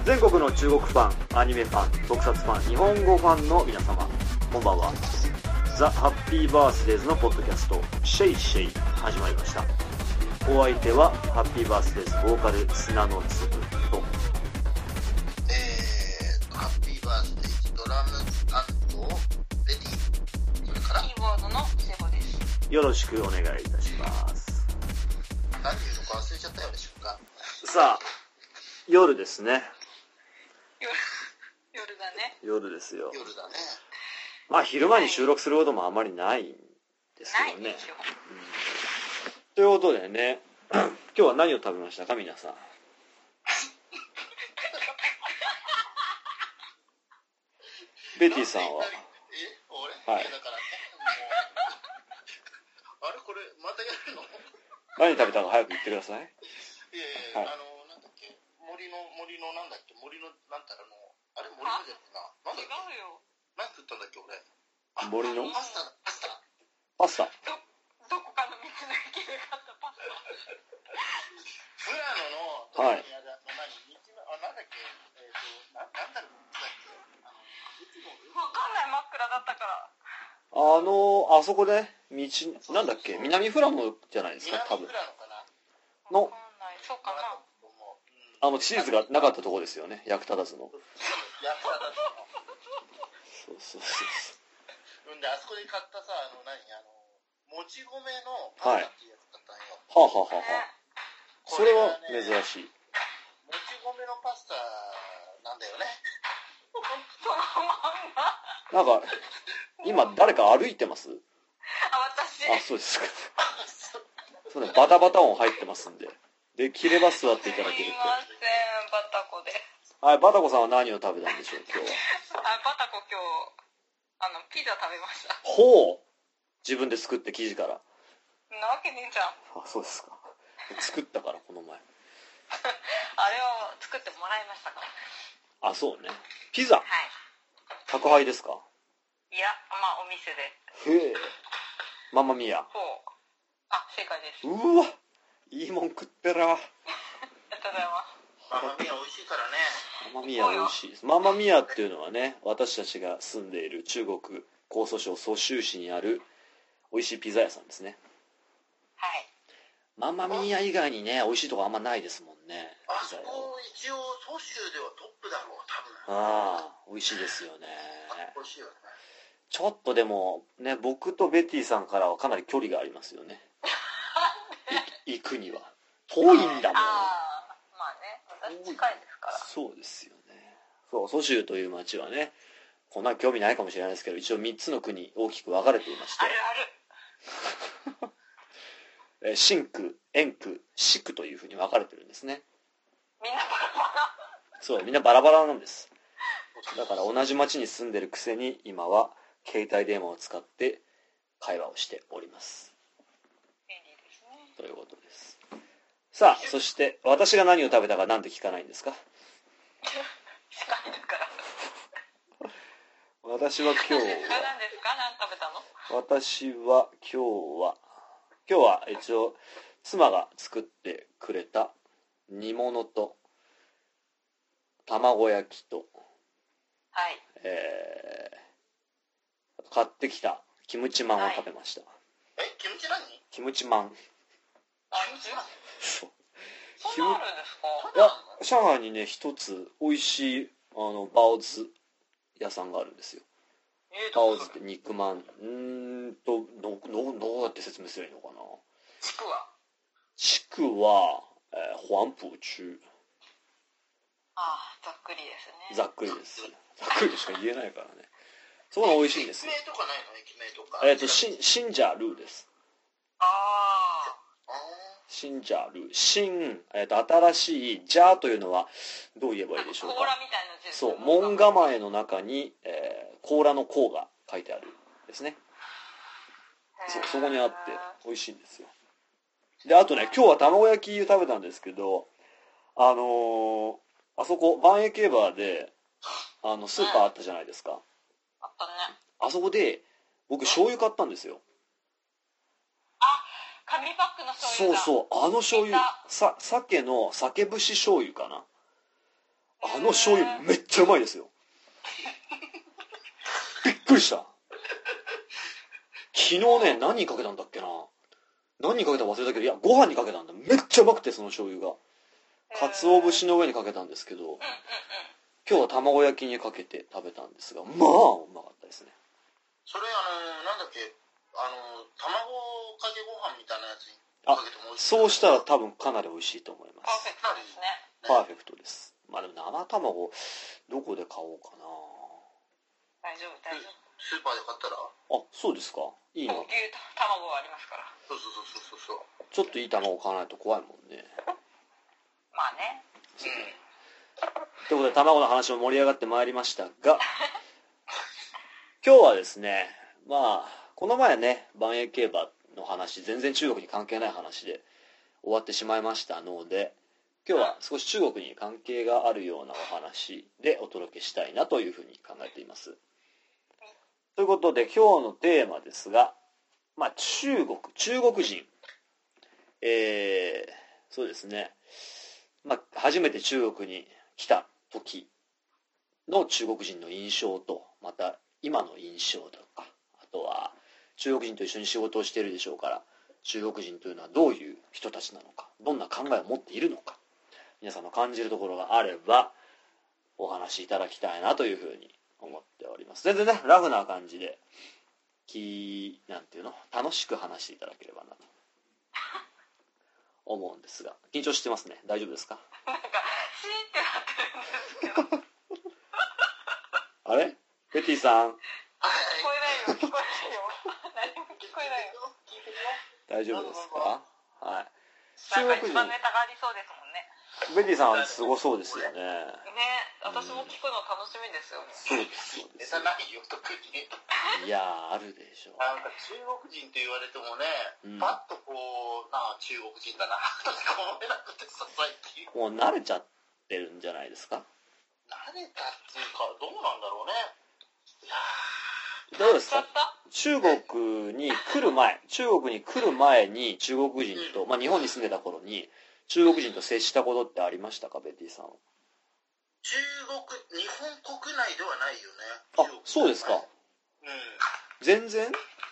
全国の中国ファン、アニメファン、特撮ファン、日本語ファンの皆様、こんばんは。ザ・ハッピーバースデーズのポッドキャスト、シェイシェイ始まりました。お相手はハッピーバースデーズボーカル砂の粒とハッピーバースデーズドラム担当ベティ、それからキーボードのセボです。 よろしくお願いいたします。 何言うのか忘れちゃったようでしょうか。 さあ、夜ですね。 夜だね。 夜ですよ。 夜だね。 まあ昼間に収録することもあまりないんですけどね。ということでね、今日は何を食べましたか皆さん。ベティさんは。 俺、 はい。 だからね、あれこれまたやるの？ 何食べたか早く言ってください。 いやいや、はい、なんだっけ、森のなんだっけ、森のなんたらの、あれ森のじゃなくな。なんだっけ？違うよ。何食ったんだっけ俺。 森の？ パスタ。 パスタ。 どこかの道の駅で買ったパスタ。 富良野の、 はい。 なんだっけ、なんだろう、 わかんない、真っ暗だったから。 あそこで、なんだっけ、南富良野じゃないですか、多分。 南富良野かなの、 わかんない、そうかな。 チーズがなかったとこですよね、役立たずの。 役立たずの。 そう。 で、あそこで買ったさ、もち米のパスタっていうやつだったんよ。 はあ。それは珍しい。 もち米のパスタなんだよね。 そのまんま。 なんか、今誰か歩いてます？ 私。 あ、そうですか。そうね、バタバタ音入ってますんで。できれば座っていただけると。 すいません、バタコで。 はい、バタコさんは何を食べたんでしょう、今日は。 バタコ今日、ピザ食べました。 ほう！自分で作って生地から。 なわけねえじゃん。 あ、そうですか。作ったから、この前。 あれを作ってもらいましたから。 あ、そうね。ピザ。 はい。 宅配ですか？ いや、まあお店で。 へえ。ママミヤ。 ほう。あ、正解です。 うわ、いいもん食ってら。 ありがとうございます。 ママミヤ美味しいからね。 ママミヤ美味しいです。ママミヤっていうのはね、私たちが住んでいる中国江蘇省蘇州市にある美味しいピザ屋さんですね。 はい。 ママミヤ以外にね、美味しいとこあんまないですもんね。 あそこ一応蘇州ではトップだろう、多分。 ああ、美味しいですよね。 美味しいよね。 ちょっとでもね、僕とベティさんからはかなり距離がありますよね。行くには遠いんだもん。 まあね、私近いですから。 そうですよね。そう、蘇州という町はね、こんな興味ないかもしれないですけど、一応3つの区に大きく分かれていまして、 ある。 新区、燕区、市区というふうに分かれてるんですね。 みんなバラバラ。 そう、みんなバラバラなんです。だから同じ町に住んでるくせに今は携帯電話を使って会話をしております。 便利ですね。 ということです。さあ、そして私が何を食べたかなんて聞かないんですか？ 近いだから。 私は今日は、 何ですか？何食べたの？ 私は今日は一応妻が作ってくれた煮物と卵焼きと、 はい。 買ってきたキムチマンを食べました。 キムチ何？ キムチマン。 キムチ何？ そう。 そんなあるんですか？ いや、上海にね、一つ美味しいバオズ屋さんがあるんですよ。バオズって肉まん。どうやって説明すればいいのかな。 地区は？ 地区は、黄浦区。 ああ、ざっくりですね。 ざっくりです。ざっくりとしか言えないからね。そういうの美味しいんですよ。 駅名とかないの？駅名とか。 シンジャールーです。 ああ。 シンジャール。新しい、ジャーというのは、どう言えばいいでしょうか。 甲羅みたいな字。 そう、門構えの中に、甲羅の甲が書いてあるんですね。そこにあって美味しいんですよ。で、あとね、今日は卵焼き食べたんですけど、あそこ、万栄競馬で、スーパーあったじゃないですか。 あったね。 あそこで、僕醤油買ったんですよ。 紙パックの醤油だ。 そう、あの醤油、鮭の鮭節醤油かな。 あの醤油めっちゃうまいですよ。びっくりした。昨日ね、何にかけたんだっけな。何にかけたか忘れたけど、いや、ご飯にかけたんだ。めっちゃうまくて、その醤油が。鰹節の上にかけたんですけど、今日は卵焼きにかけて食べたんですが、まあ、うまかったですね。 それ、なんだっけ、卵かけご飯みたいなやつにかけても美味しい。 そうしたら多分かなり美味しいと思います。 パーフェクトですね。 パーフェクトです。まあでも生卵、どこで買おうかな。 大丈夫、大丈夫。 スーパーで買ったら？ あ、そうですか。いいな。 高級卵がありますから。 そうそう。 ちょっといい卵買わないと怖いもんね。 まあね。 ということで卵の話も盛り上がってまいりましたが今日はですね、まあこの前ね、万栄競馬の話、全然中国に関係ない話で終わってしまいましたので、今日は少し中国に関係があるようなお話でお届けしたいなというふうに考えています。ということで今日のテーマですが、まあ中国人、そうですね、まあ、初めて中国に来た時の中国人の印象と、また今の印象とか、あとは中国人と一緒に仕事をしているでしょうから、中国人というのはどういう人たちなのか、どんな考えを持っているのか、皆さんの感じるところがあればお話しいただきたいなというふうに思っております。全然ね、ラフな感じでなんていうの、楽しく話していただければなと思うんですが、緊張してますね。大丈夫ですか？ なんかシーンってなってるんですけど。 あれ？ベティさん。 聞こえないよ。何も聞こえないよ。 大丈夫ですか？はい。 なんか一番ネタがありそうですもんね。 ベティさんすごそうですよね。 ね、私も聞くの楽しみですよね。 そうですそうです。 ネタないよ、特に。 いやー、あるでしょう。 なんか中国人って言われてもね、パッとこう、中国人だなとしか思えなくてさ、最近。 もう慣れちゃってるんじゃないですか？ 慣れたっていうか、どうなんだろうね。いやどうですか？中国に来る前に中国人と、まあ日本に住んでた頃に中国人と接したことってありましたか、ベティさんは？ 日本国内ではないよね。 あ、そうですか。全然？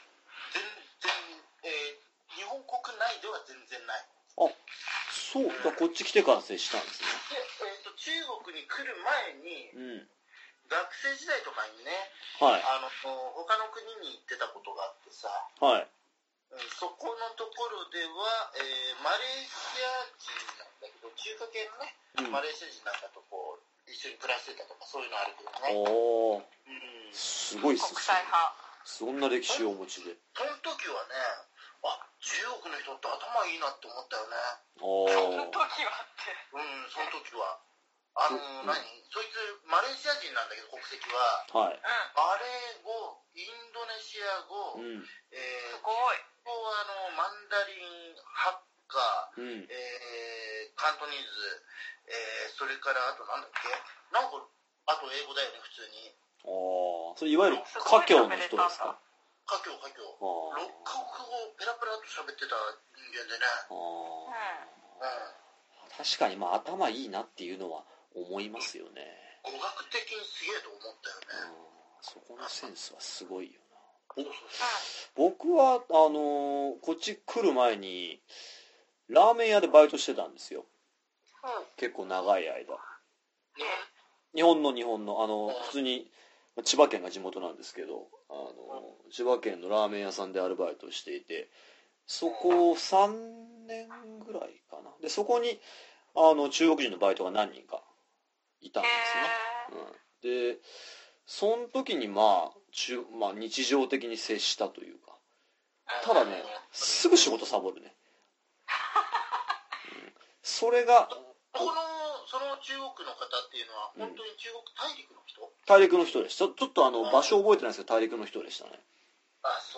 日本国内では全然ない。 あ、そう。こっち来てから接したんですね。 中国に来る前に、学生時代とかにね、 はい、 他の国に行ってたことがあってさ、 はい、 そこのところでは、マレーシア人なんだけど、中華系のね、マレーシア人なんかとこう一緒に暮らしてたとか、そういうのあるけどね。 おー、すごいっす。 国際派。 そんな歴史をお持ちで。 その時はね、中国の人って頭いいなって思ったよね。 その時はって。 その時は。そいつマレーシア人なんだけど、国籍は、 はい、 マレー語、インドネシア語、 すごい。 マンダリン、ハッカ、カントニーズ、それからあとなんだっけ、なんかあと英語だよね、普通に。 それいわゆる華僑の人ですか？ 華僑。6カ国語ペラペラと喋ってた人間でね。 確かにまあ頭いいなっていうのは思いますよね。 語学的にすげえと思ったよね。 そこのセンスはすごいよな。僕はこっち来る前にラーメン屋でバイトしてたんですよ。結構長い間。日本の普通に千葉県が地元なんですけど、千葉県のラーメン屋さんでアルバイトをしていて、そこ3年ぐらいかな。でそこに中国人のバイトが何人かいたんですね。でその時にまあ日常的に接したというか、ただね、すぐ仕事サボるね。それがその中国の方っていうのは本当に中国大陸の人？ 大陸の人です。ちょっと場所覚えてないですけど大陸の人でしたね。 そう。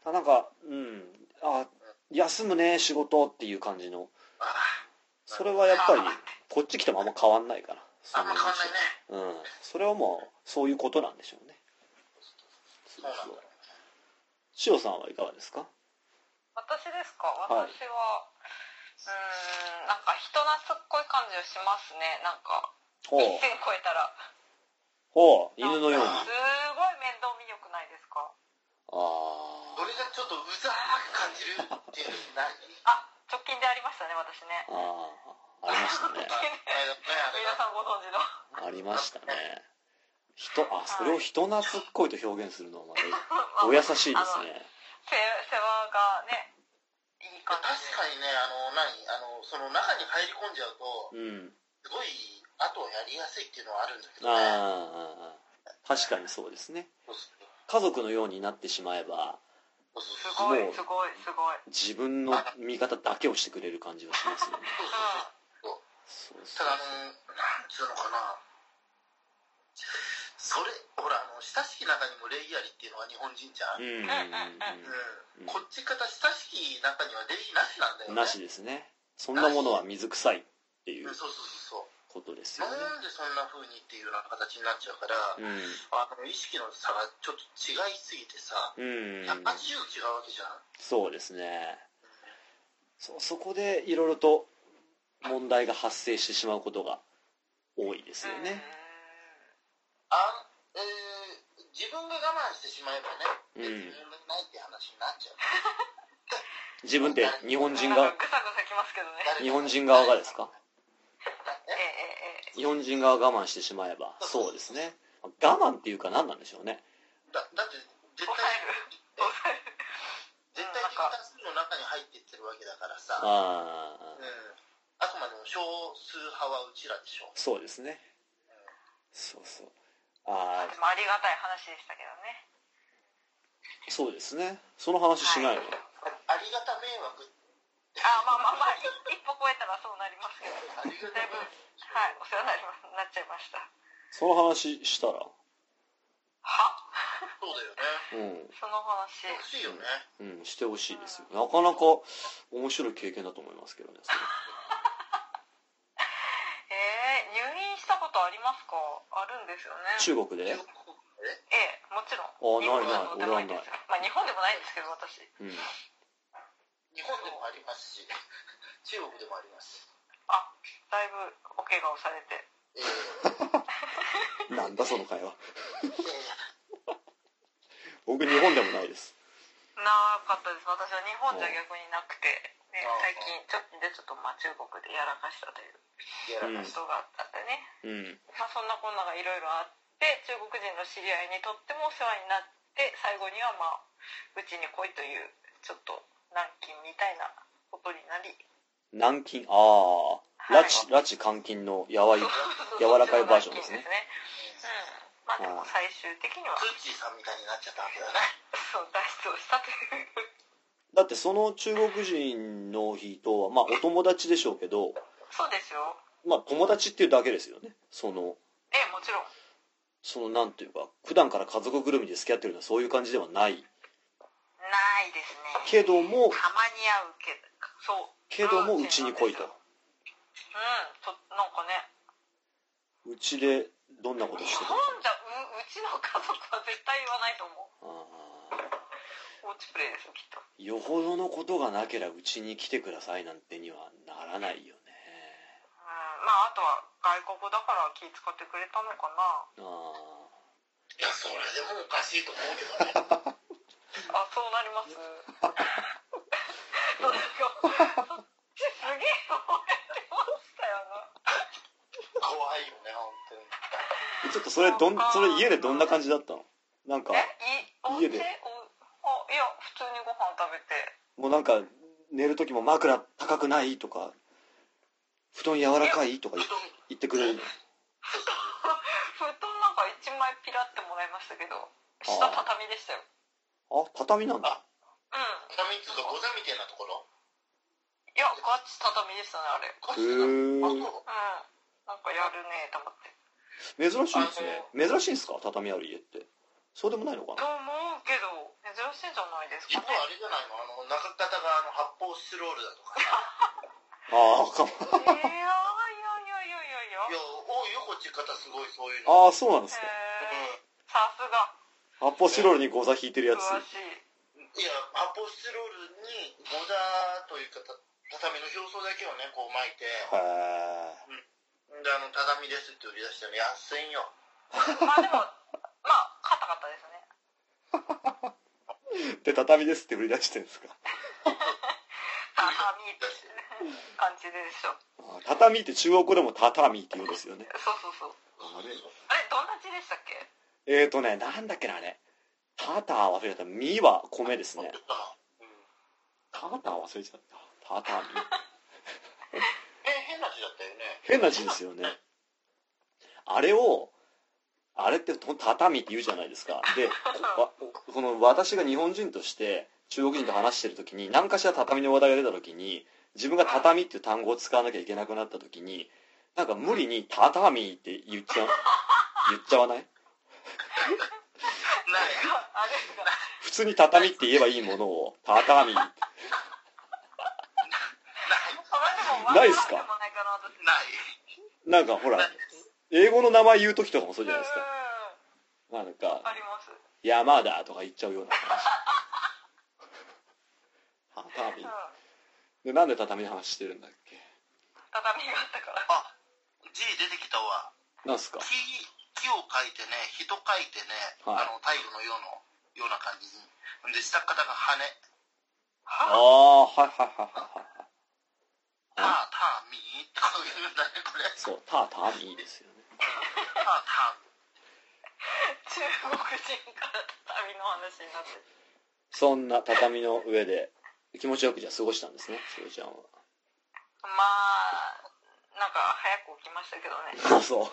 なんか休むね仕事っていう感じの。それはやっぱりこっち来てもあんま変わんないかな。 あんま変わんないね。 それはもうそういうことなんでしょうね。 そうなんだろうね。 塩さんはいかがですか？ 私ですか？私は、なんか人懐っこい感じがしますね。なんかほう一線超えたらほう、犬のように。 すごい面倒見よくないですか？ あそれがちょっとうざーく感じるっていうのない？ 直近でありましたね、私ね。 ありましたね。 皆さんご存知の。 ありましたね。それを人懐っこいと表現するのはまたお優しいですね。 世話がね、いい感じで。 確かにね、その中に入り込んじゃうと、すごい後をやりやすいっていうのはあるんだけどね。 確かにそうですね。家族のようになってしまえば、 すごい。 自分の味方だけをしてくれる感じがしますよね。 ただなんつうのかな、それほら親しき中にも礼儀ありっていうのが日本人じゃん。こっち方親しき中には礼儀なしなんだよね。 なしですね。そんなものは水臭いっていうことですよね。 なんでそんな風にっていうような形になっちゃうから、意識の差がちょっと違いすぎてさ、180違うわけじゃん。 そうですね。そこでいろいろと問題が発生してしまうことが多いですよね。 自分が我慢してしまえばね、別に問題ないって話になっちゃう。 自分って日本人が、 ぐさぐさきますけどね。 日本人側がですか？日本人側が我慢してしまえば、そうですね。我慢っていうか何なんでしょうね。 だって絶対自分多数の中に入っていってるわけだからさ。あくまでも少数派はうちらでしょ。 そうですね。そう。 でもありがたい話でしたけどね。 そうですね。その話しないの。 ありがた迷惑。 一歩超えたらそうなりますけど、だいぶお世話になっちゃいました。 その話したら。 そうだよね。 その話。 欲しいよね。 してほしいですよ。なかなか面白い経験だと思いますけどね。 入院したことありますか？あるんですよね。 中国で？ もちろん。 ない。俺はない。 日本でもないんですけど、私。 日本でもありますし、中国でもあります。 だいぶお怪我をされて。 なんだその会話。僕日本でもないです。 なかったです。私は日本じゃ逆になくて、最近ちょっと中国でやらかしたということがあったんでね。そんなこんながいろいろあって、中国人の知り合いにとってもお世話になって、最後にはうちに来いというちょっと軟禁みたいなことになり。 軟禁、拉致監禁の柔らかいバージョンですね。 でも最終的にはツーチーさんみたいになっちゃったわけだね。 そう脱出をしたという。 だってその中国人の人はお友達でしょうけど。 そうですよ。 友達っていうだけですよね。 もちろん。 なんていうか普段から家族ぐるみで付き合ってるのはそういう感じではない。 ないですね。 けども。 たまに会うけど。そう。 けどもうちに来いと。 なんかね。 うちでどんなことしてるの？ 日本じゃうちの家族は絶対言わないと思う。放置プレイですよきっと。 よほどのことがなければうちに来てくださいなんてにはならないよね。 あとは外国だから気使ってくれたのかな。 いやそれでもおかしいと思うけどね。 そうなります。そっちすげえ思ってましたよな。 怖いよね本当に。 ちょっとそれ家でどんな感じだったの？なんか家で。 いや普通にご飯食べて。 もうなんか寝る時も枕高くないとか布団柔らかいとか言ってくれるの？ 布団なんか1枚ピラってもらいましたけど、下畳でしたよ。 畳なんだ。 畳っていうかゴザみたいなところ？ いやガチ畳でしたねあれ。なんかやるねと思って。 珍しいですね。珍しいんですか畳ある家って。そうでもないのかな？ と思うけど珍しいんじゃないですかね。 実はあれじゃないの、中方が発泡スチロールだとかかも。 いや多いよこっち方すごいそういうの。 そうなんですか。 さすが。 発泡スチロールにゴザ引いてるやつ。 いや発泡スチロールにゴザというか畳の表層だけをねこう巻いて。でで畳ですって売り出したら安いんよ。 まあでもまあ硬かったですね。 で畳ですって売り出してるんですか。 畳って感じでしょ。 畳って中国語でも畳って言うんですよね。 そうそうそう。 あれどんな字でしたっけ？ なんだっけなあれ。タタ忘れちゃった。ミは米ですね。タタ忘れちゃった。畳。 変な字だったよね。 変な字ですよね。あれって畳って言うじゃないですか。で、この私が日本人として中国人と話してる時に何かしら畳の話題が出た時に自分が畳っていう単語を使わなきゃいけなくなった時になんか無理に畳って言っちゃわない？普通に畳って言えばいいものを畳ないっすか？なんかほら英語の名前言う時とかもそうじゃないですか。なんかあります。 山だとか言っちゃうような感じ。畳でなんで畳の話してるんだっけ？ 畳があったから。 字出てきたわ。 なんすか？ 木を書いてね、人書いてね、 はい、 太陽のような感じに。で、下方が羽。 はいはいはいはい。 タミーってこういうんだね、これ。 そう、タミーですよね。 中国人から畳の話になってる。 そんな畳の上で気持ちよくじゃ過ごしたんですね、しおちゃんは。 まあなんか早く起きましたけどね。 あ、そう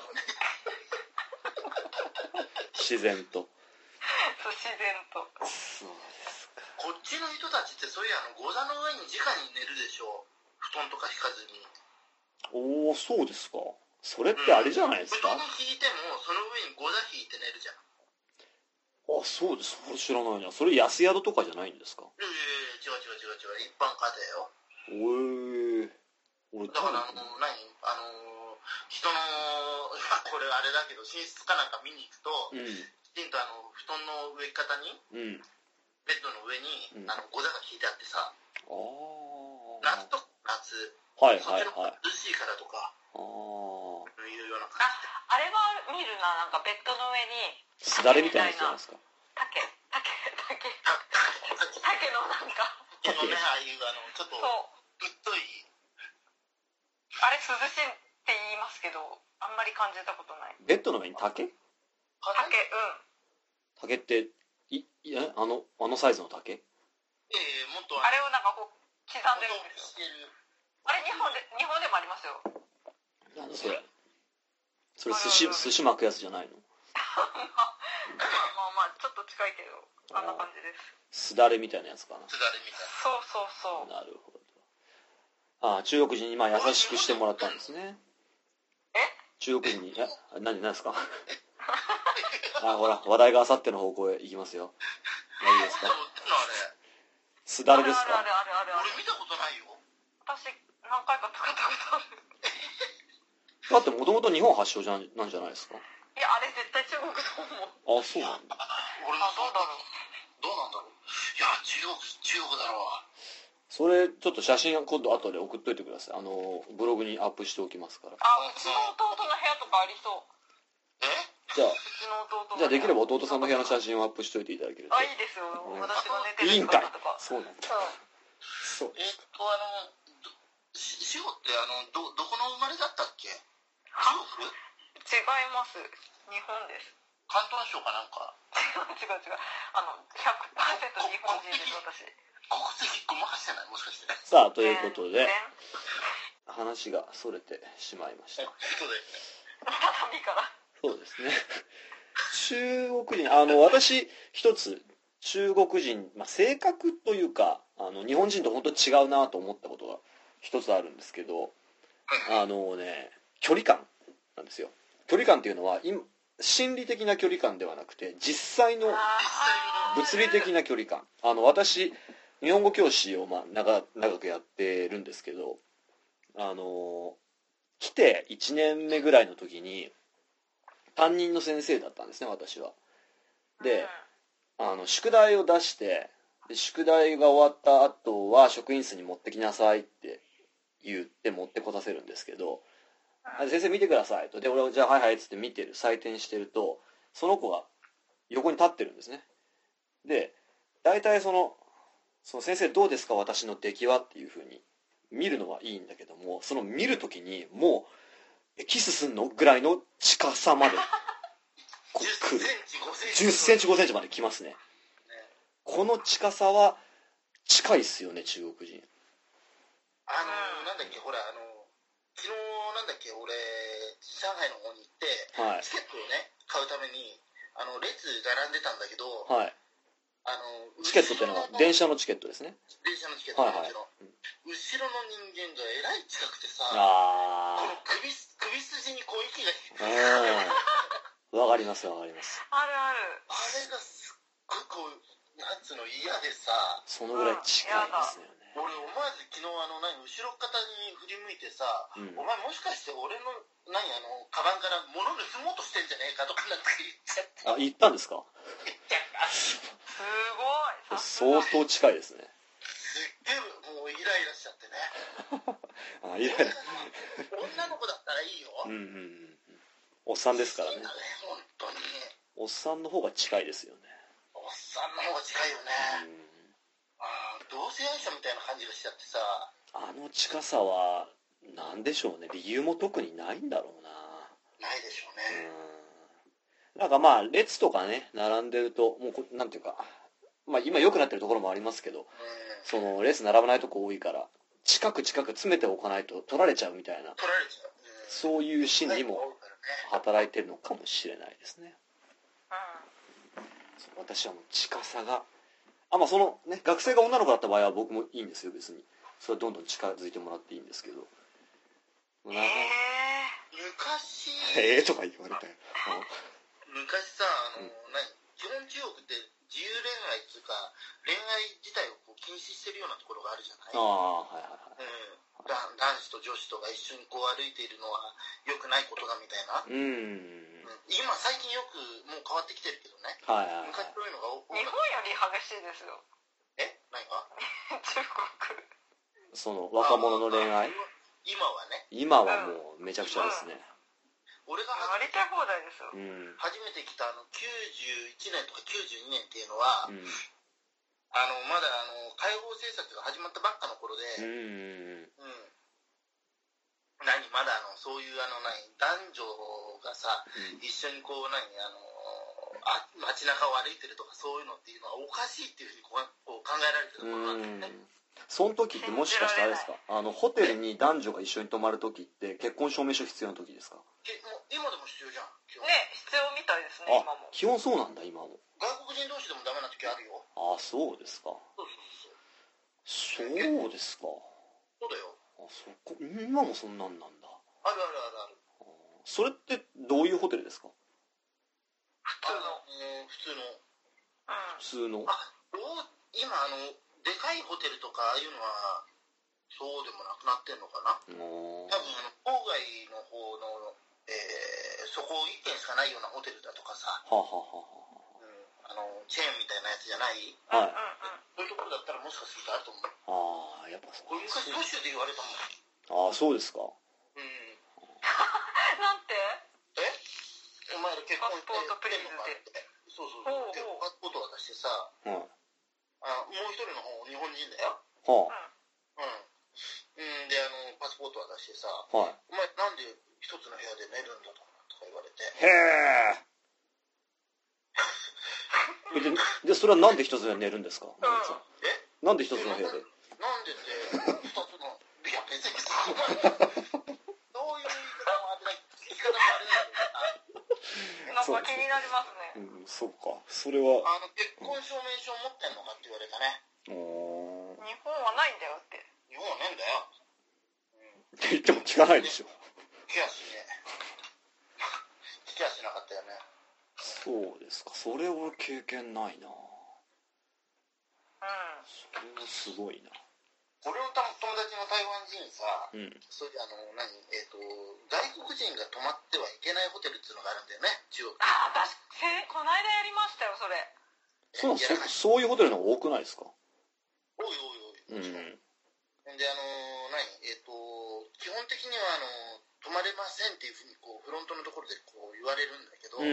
自然と。 そう自然と。 そうですか。 こっちの人たちってそういうゴザの上に直に寝るでしょ。布団とか引かずに。 おお、そうですか。それってあれじゃないですか。 布団引いてもその上にゴザ引いて寝るじゃん。 あ、そうです。それ知らないな。それ安宿とかじゃないんですか。 違う一般家庭よ。 俺だから人のこれあれだけど寝室かなんか見に行くと、きちんと布団の植え方に、ベッドの上にゴザが引いてあってさ、夏と夏、 はいそっちの方が涼しいからとかいうような感じで。 あれは見るな、なんかベッドの上にすだれみたいなやつじゃないですか。 竹のなんか竹のね、ああいうちょっとぶっとい、 あれ涼しいって言いますけど、あんまり感じたことない。 ベッドの上に竹ってあのサイズの竹？ もっとあれをなんかこう刻んでるんですよ。あれ日本でもありますよ。 なんだそれ寿司巻くやつじゃないの？ まあちょっと近いけどあんな感じです。 すだれみたいなやつかな。 すだれみたいな。 そうなるほど。中国人に優しくしてもらったんですね。中国人に何ですか？ほら話題があさっての方向へ行きますよ。何ですか？すだれですか？ あれ俺見たことないよ。 私何回か使ったことある。 だってもともと日本発祥なんじゃないですか？ いや、あれ絶対中国と思う。 あ、そうなんだ。 俺もどうなんだろう。いや、中国だろう。 それちょっと写真今度後で送っといてください。ブログにアップしておきますから。 うちの弟の部屋とかありそう。 じゃあできれば弟さんの部屋の写真をアップしといていただけると。 いいですよ。私が寝てるいいんかい。 とか。 そうなんだ。そう。 シオってどこの生まれだったっけ？ 中国？違います。日本です。 広東省かなんか？ 違う。100% 日本人です、私。 国籍ごまかしてない？もしかして。 さあ、ということで、話がそれてしまいました。 畳から。 そうですね。中国人、私一つ中国人、性格というか日本人と本当に違うなと思ったことが一つあるんですけど、距離感なんですよ。距離感っていうのは心理的な距離感ではなくて実際の物理的な距離感。私日本語教師を長くやってるんですけど、来て1年目ぐらいの時に担任の先生だったんですね、私は。で、宿題を出して、で宿題が終わった後は職員室に持ってきなさいって言って持ってこさせるんですけど、 先生見てくださいと。で、俺、じゃあはいはいっつって見てる、採点してると、その子が横に立ってるんですね。で、大体その先生どうですか私の出来はっていうふうに見るのはいいんだけども、その見るときにもう、キスすんのぐらいの近さまで来る。10センチ5センチまで来ますね。この近さは近いっすよね、中国人。 なんだっけ、ほら、昨日なんだっけ、俺、上海の方に行って、はい、チケットをね、買うために、列並んでたんだけど、はい、 チケットってのは電車のチケットですね。 電車のチケット、はいはい、後ろの人間がえらい近くてさ、この首筋にこう息がわかりますわかります。 あるある。 あれがすっごいこうなんつうの嫌でさ、 そのぐらい近いですよね。 俺思わず昨日後ろ肩に振り向いてさ、お前もしかして俺のカバンから物盗もうとしてんじゃねえかとかなんか言っちゃって。 あ、言ったんですか？ 言っちゃった。 すごい。 相当近いですね。 すっげえもうイライラしちゃってね。 あ、イライラ。 女の子だったらいいよ。 おっさんですからね。 本当に。 おっさんの方が近いですよね。 おっさんの方が近いよね。同性愛者みたいな感じがしちゃってさ。 あの近さはなんでしょうね。理由も特にないんだろうな。 ないでしょうね。 なんかまあ列とかね並んでるともうなんていうか、まあ今良くなってるところもありますけど、その列並ばないとこ多いから近く詰めておかないと取られちゃうみたいな。 取られちゃう。 そういう心理も働いてるのかもしれないですね。私はもう近さが。まあそのね、学生が女の子だった場合は僕もいいんですよ、別に。それはどんどん近づいてもらっていいんですけど。 昔とか言われたよ。 昔さ、基本中国って自由恋愛っていうか、恋愛自体をこう禁止してるようなところがあるじゃない？男子と女子とが一緒にこう歩いているのは良くないことだみたいな。今最近よくもう変わってきてるけどね。昔そういうのが日本より激しいですよ。 何が？ 中国。 その若者の恋愛？ 今はね。 今はもうめちゃくちゃですね。 俺がやりたい放題ですよ。 初めて来た91年とか92年っていうのは、まだ解放政策が始まったばっかの頃で、まだそういう男女がさ、一緒にこう街中を歩いてるとかそういうのっていうのはおかしいっていうふうにこう考えられてる頃なんだよね。 その時ってもしかしてあれですか、ホテルに男女が一緒に泊まる時って結婚証明書必要な時ですか？ 今でも必要じゃん。 ね、必要みたいですね、今も。 基本そうなんだ、今も。 外国人同士でもダメな時あるよ。 そうですか。そうですか。 そうだよ。 今もそんなんなんだ。 あるあるあるある。 それってどういうホテルですか？普通の。 今でかいホテルとかああいうのはそうでもなくなってんのかな。多分郊外の方の、そこ1軒しかないようなホテルだとかさ、チェーンみたいなやつじゃない、そういうところだったらもしかするとあると思う。 やっぱそう。 昔ソシュで言われたもん。そうですか。 なんて？ お前ら結婚してパスポートプリーズで。 そうパスポート渡してさ、もう一人の方日本人だよ。でパスポート渡してさ、お前なんで一つの部屋で寝るんだとか言われて。 でそれはなんで一つで寝るんですか？なんで一つの部屋で？ なんでって二つの、いや別にさ、どういう言い方もあれだ、聞き方もあれだけどさ、 なんか気になりますね。 そうか、それは結婚証明書持ってんのかって言われたね。 日本はないんだよって。 日本はねえんだよ。 って言っても聞かないでしょ。 聞きやしね。聞きやしなかったよね。 そうですか。それ俺経験ないな。それはすごいな。 俺の友達の台湾人さ、そういう外国人が泊まってはいけないホテルっていうのがあるんだよね、中国。 私この間やりましたよ、それ。 そういうホテルの方が多くないですか？ 多い。 で基本的には止まれませんっていうふうにこうフロントのところでこう言われるんだけど、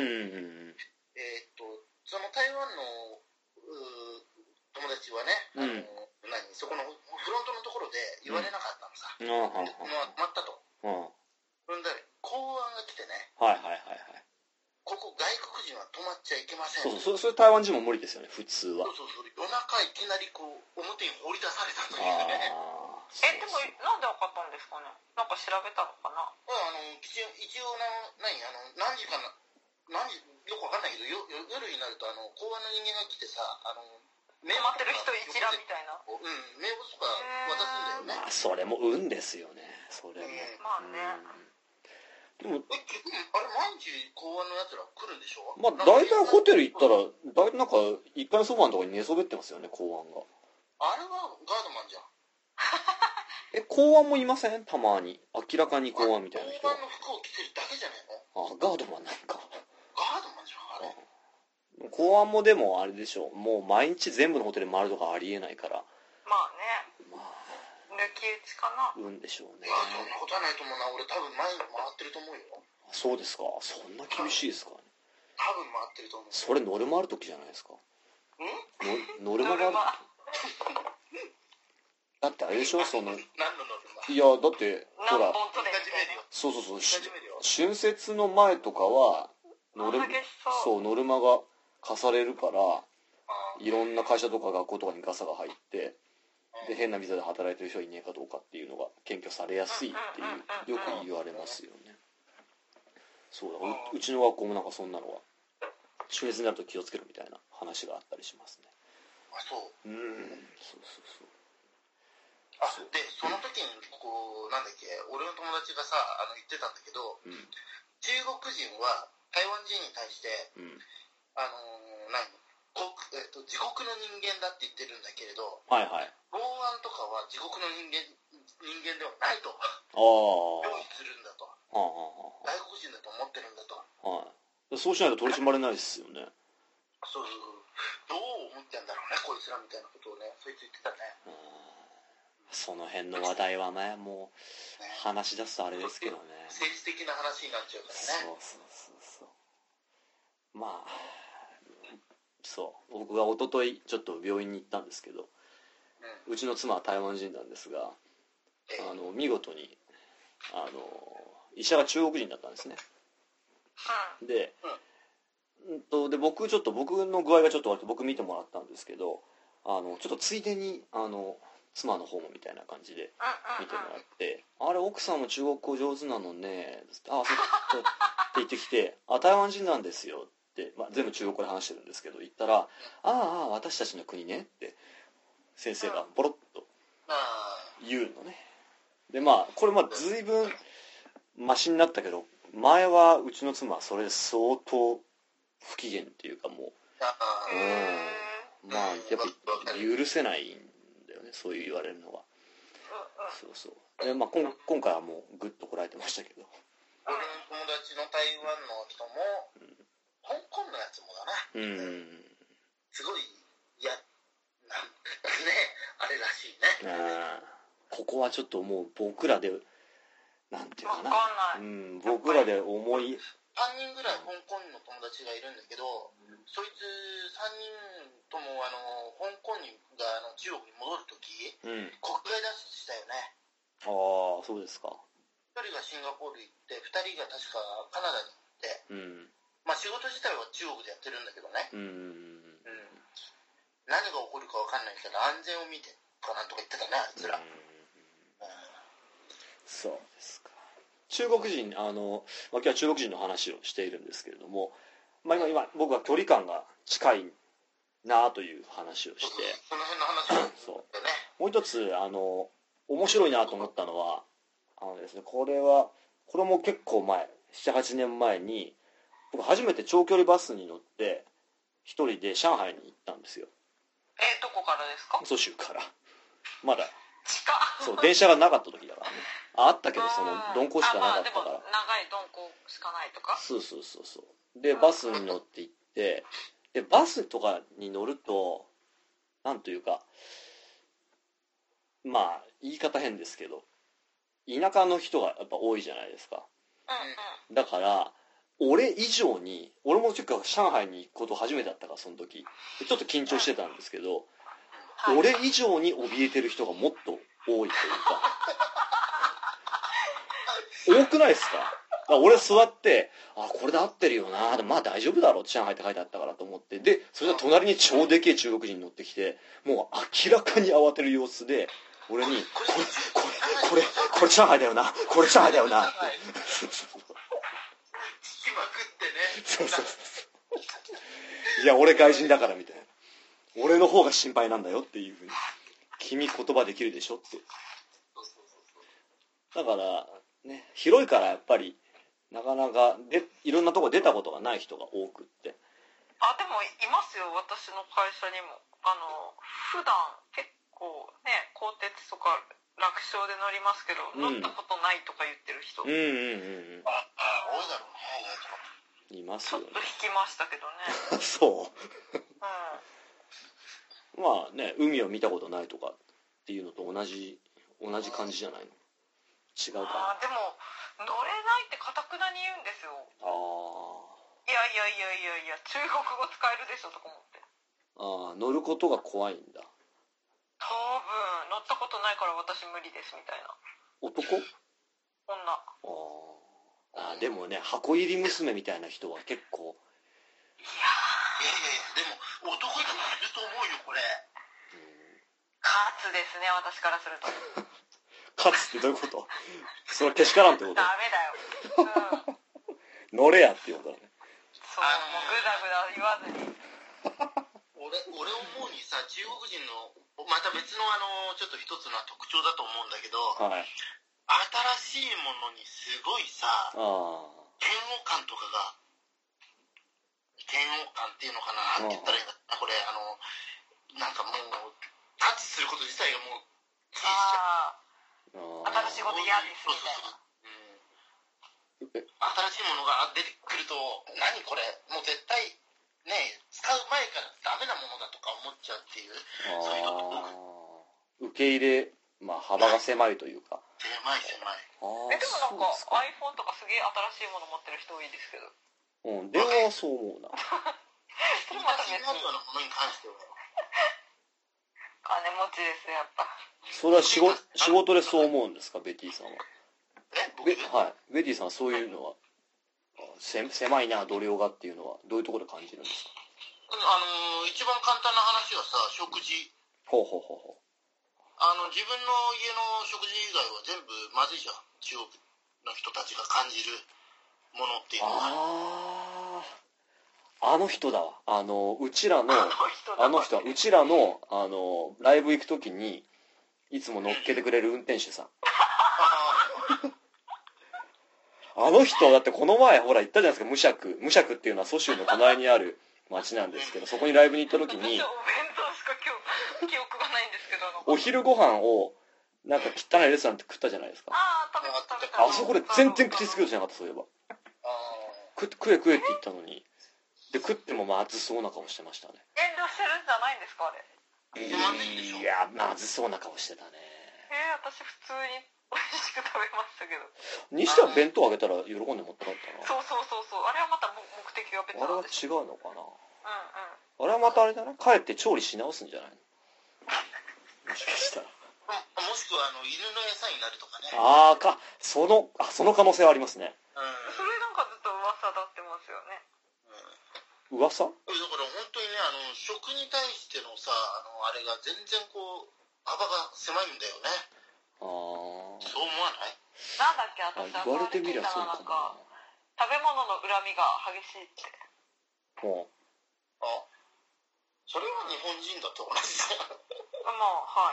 その台湾の友達はね、そこのフロントのところで言われなかったのさ、止まったと、そんで公安が来てね、ここ外国人は止まっちゃいけません。 それ台湾人も無理ですよね、普通は。 夜中いきなりこう表に放り出されたというね。 でもなんで分かったんですかね。なんか調べたのかな。 一応何時かな、よくわかんないけど、夜になると公安の人間が来てさ、 止まってる人一覧みたいな。 名簿とか渡すんだよね。 まあそれも運ですよね、それも。 まあね。 でもあれ毎日公安のやつら来るんでしょ。 まあ大体ホテル行ったら大体なんか1階のソファーのところに寝そべってますよね、公安が。 あれはガードマンじゃん。 公安もいません？たまに明らかに公安みたいな人。 公安の服を着てるだけじゃねえの。 ガードマンなんか。 ガードマンじゃんあれ。 公安もでもあれでしょう、もう毎日全部のホテル回るとかありえないから。 まあね。抜き打ちかな。 運でしょうね。 いやそんなことはないと思うな。俺多分前に回ってると思うよ。 そうですか。そんな厳しいですかね。 多分回ってると思う。 それノルマある時じゃないですか。ノルマがある時。だってあれでしょ、 何のノルマ？ いやだってほら、そう春節の前とかはノルマが課されるから、いろんな会社とか学校とかにガサが入って、で変なビザで働いてる人はいねえかどうかっていうのが検挙されやすいっていうよく言われますよね。そうだ、うちの学校もなんかそんなのは春節になると気をつけるみたいな話があったりしますね。 そう。 そうでその時にこうなんだっけ、俺の友達がさ言ってたんだけど、中国人は台湾人に対して、地獄の人間だって言ってるんだけれど、公安とかは地獄の人間ではないと用意するんだと、外国人だと思ってるんだと、 そうしないと取り締まれないですよね。 どう思ってんだろうねこいつらみたいなことをね、そいつ言ってたね。 その辺の話題はね、もう話し出すとあれですけどね、 政治的な話になっちゃうからね。 まあ僕が一昨日ちょっと病院に行ったんですけど、うちの妻は台湾人なんですが、見事に医者が中国人だったんですね。で僕の具合がちょっと悪くて僕見てもらったんですけど、ちょっとついでに妻の方もみたいな感じで見てもらって、あれ奥さんも中国語上手なのね、そうって言ってきて、台湾人なんですよって、全部中国語で話してるんですけど言ったら、私たちの国ねって先生がボロッと言うのね。でこれ随分マシになったけど、前はうちの妻はそれで相当不機嫌っていうか、もうやっぱ許せないんだよね、そういう言われるのは。で今回はもうグッとこらえてましたけど、 俺の友達の台湾の人も、香港のやつもだな、すごいあれらしいね。 ここはちょっともう僕らでなんていうかな、僕らで思い 3人ぐらい香港の友達がいるんだけど、そいつ3人とも香港が中国に戻るとき、国外脱出したよね。 そうですか。 1人がシンガポール行って、2人が確かカナダに行って、仕事自体は中国でやってるんだけどね、何が起こるか分かんないけど安全を見てとかなんとか言ってたね、あいつら。 そうですか。中国人今日は中国人の話をしているんですけれども、今僕は距離感が近いなという話をして、 その辺の話をそうもう一つ面白いなと思ったのはですね、これも結構前、 7,8 年前に僕初めて長距離バスに乗って一人で上海に行ったんですよ。 どこからですか？ 蘇州から。まだ近電車がなかった時だからね。あったけどその鈍行しかなかったから、 でも長い鈍行しかないとか。 そうでバスに乗って行って、でバスとかに乗るとなんというかまあ言い方変ですけど田舎の人がやっぱ多いじゃないですか。だから俺以上に、俺も結構上海に行くこと初めてだったからその時ちょっと緊張してたんですけど、俺以上に怯えてる人がもっと多いというか多くないですか？俺座ってこれで合ってるよな、でもまあ大丈夫だろうって上海って書いてあったからと思って、でそれで隣に超でけえ中国人乗ってきて、もう明らかに慌てる様子で俺にこれ上海だよな、これ上海だよなって聞きまくってね。 そういや俺外人だからみたいな、俺の方が心配なんだよっていうふうに、君言葉できるでしょって。だからね、広いからやっぱりなかなかいろんなとこ出たことがない人が多くって。 でもいますよ、私の会社にも。普段結構ね、鋼鉄とか楽勝で乗りますけど、乗ったことないとか言ってる人。 多いだろうね、 いますよね。 ちょっと引きましたけどね。 そうまあね、海を見たことないとかっていうのと同じ感じじゃないの？違うかな。 でも乗れないってかたくなに言うんですよ。いや中国語使えるでしょとか思って。 乗ることが怖いんだ。 多分乗ったことないから私無理ですみたいな。 男？ 女。 でもね、箱入り娘みたいな人は結構。 いやでも男でもいると思うよこれ。 カツですね、私からすると。 カツってどういうこと？それはけしからんってこと？ ダメだよ。 乗れやっていうことだね。 そう、もうグダグダ言わずに。 俺思うにさ、中国人のまた別のちょっと一つの特徴だと思うんだけど、新しいものにすごいさ、嫌悪感とかが、嫌悪感っていうのかな、なんて言ったらいいんだこれ、なんかもうタッチすること自体がもうついしちゃう。 新しいこと嫌ですみたいな。 新しいものが出てくると、何これ、もう絶対ね、使う前からダメなものだとか思っちゃうっていう、そういうのと受け入れ、幅が狭いというか。 狭い。 でもなんか iPhone とかすげえ新しいもの持ってる人多いですけど。 電話はそう思うな。 それまた別になるようなものに関しては金持ちですやっぱ。 それは仕事でそう思うんですか、ベティさんは？ 僕はい、ベティさんはそういうのは、狭いな度量がっていうのはどういうところで感じるんですか？ 一番簡単な話はさ、食事。自分の家の食事以外は全部まずいじゃん、中国の人たちが感じるものっていうのは。 あの人だわ。うちらのライブ行くときにいつも乗っけてくれる運転手さん。あの人だってこの前ほら言ったじゃないですか、無釈っていうのは蘇州の隣にある町なんですけど、そこにライブに行った時に私お弁当しか今日記憶がないんですけど、 お昼ご飯をなんか汚いレストランって食ったじゃないですか。 食べた。 あそこで全然口つけようとしなかった。そういえば食えって言ったのに、で食ってもまずそうな顔してましたね。 遠慮してるんじゃないんですかあれ？ いやまずそうな顔してたね。 私普通に美味しく食べましたけど。 にしては弁当あげたら喜んで持って帰ったな。 そうあれはまた目的が別なんです。 あれは違うのかな。あれはまたあれだな、帰って調理し直すんじゃないの？もしかしたら。 もしくは犬の餌になるとかね。 その可能性はありますね。 それなんかずっと噂立ってますよね。 噂？だから本当にね、食に対してのさ、あれが全然こう幅が狭いんだよね。そう思わない？ なんだっけ、私言われてみりゃそうかな。 食べ物の恨みが激しいって。 それは日本人だと同じだよ。 はい。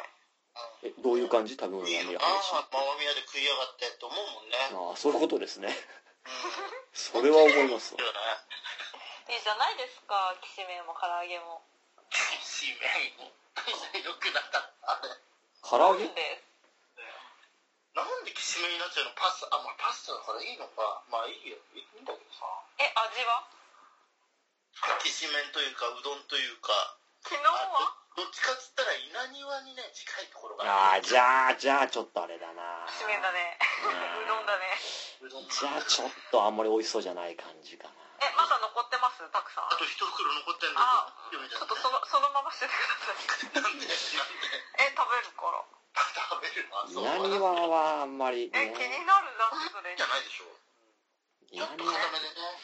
どういう感じ？食べ物の恨みが激しい。 ママミヤで食いやがってって思うもんね。 そういうことですね。それは思いますわ。 いいじゃないですか、きしめんも唐揚げも。 きしめんもよくなかった。 唐揚げ？ なんできしめんになっちゃうの？パスタだからいいのか。まあいいよ、いいんだけどさ。 味は？ きしめんというかうどんというか。 昨日はどっちかっつったら稲庭にね近いところがじゃあちょっとあれだな。 締めだね。うどんだね。 じゃあちょっとあんまり美味しそうじゃない感じかな。 まだ残ってます？たくさん。 あと一袋残ってんの。 ちょっとそのまましててください。なんで？食べるから。 食べるな。 稲庭はあんまり、 気になるなそれ。 じゃないでしょ。ちょっと固めでね。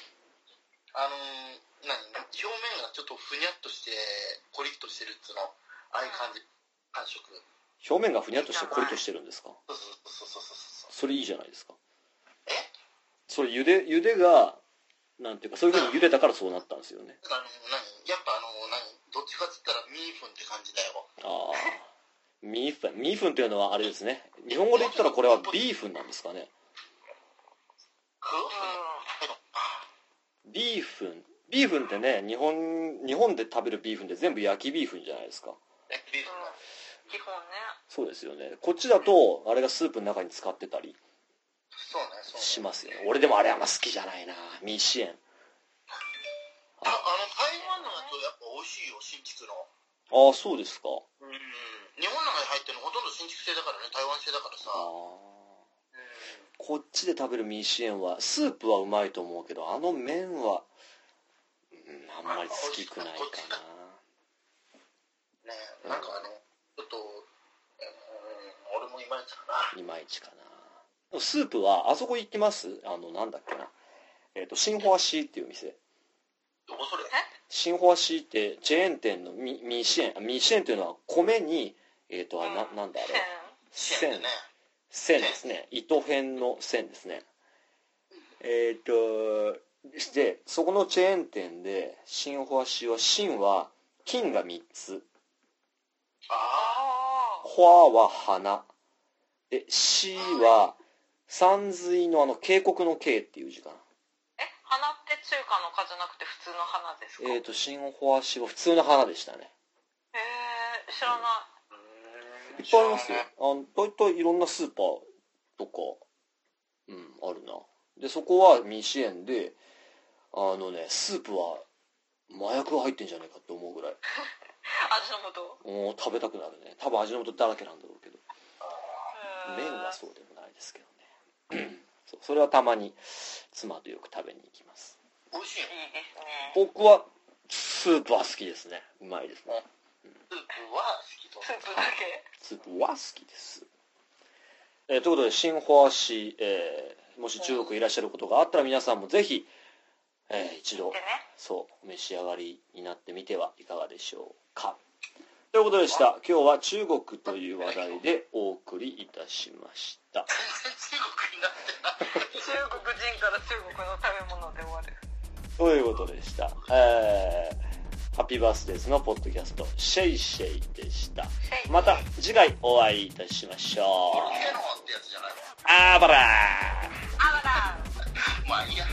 表面がちょっとふにゃっとしてコリッとしてるっつうの、ああいう感じ、感触。 表面がふにゃっとしてコリッとしてるんですか？ そう。 それいいじゃないですか。それ茹でがなんていうか、そういう風に茹でたからそうなったんですよね。 やっぱどっちかっつったらミーフンって感じだよ。 ミーフンというのはあれですね。日本語で言ったらこれはビーフンなんですかね。ビーフンってね、日本で食べるビーフンって全部焼きビーフンじゃないですか。 焼きビーフン基本ね。 そうですよね。こっちだとあれがスープの中に使ってたりしますよね。俺でもあれあんま好きじゃないな。ミーシエン。 台湾のやつやっぱ美味しいよ、新築の。 そうですか。 日本の中に入ってるのほとんど新築製だからね、台湾製だからさ。 こっちで食べるミーシエンはスープはうまいと思うけど、あの麺はあんまり好きくないかな。 ねえ、なんかちょっと俺もいまいちかな。 いまいちかな。スープはあそこ行きます？なんだっけな。新ホアシーっていう店。 どこそれ？ 新ホアシーってチェーン店のミーシエンっていうのは米になんだあれ。線ですね。糸辺の線ですね。でそこのチェーン店で新ホアシーは新は金が3つ。ホアは花。でシーは山水の渓谷の渓っていう字かな。 花って中華の花じゃなくて普通の花ですか？ 新ホアシーは普通の花でしたね。 知らない。 いっぱいありますよ。大体いろんなスーパーとか、あるな。で、そこはミーシエンで、スープは麻薬が入ってんじゃないかって思うぐらい。 味の素？ 食べたくなるね。多分味の素だらけなんだろうけど。麺はそうでもないですけどね。それはたまに妻とよく食べに行きます。 美味しい。いいですね。 僕はスープは好きですね。うまいですね。 スープは好きと。 スープだけ？ スープは好きです。ということで新ホアシー、もし中国いらっしゃることがあったら皆さんもぜひ、一度、お召し上がりになってみてはいかがでしょうか。ということでした。今日は中国という話題でお送りいたしました。 中国になってない。 中国人から中国の食べ物で終わる。 ということでした。ハッピーバースデーズのポッドキャストシェイシェイでした。また次回お会いいたしましょう。 ボルケノってやつじゃないの？ あばらー。 あばらー。 まあいいや。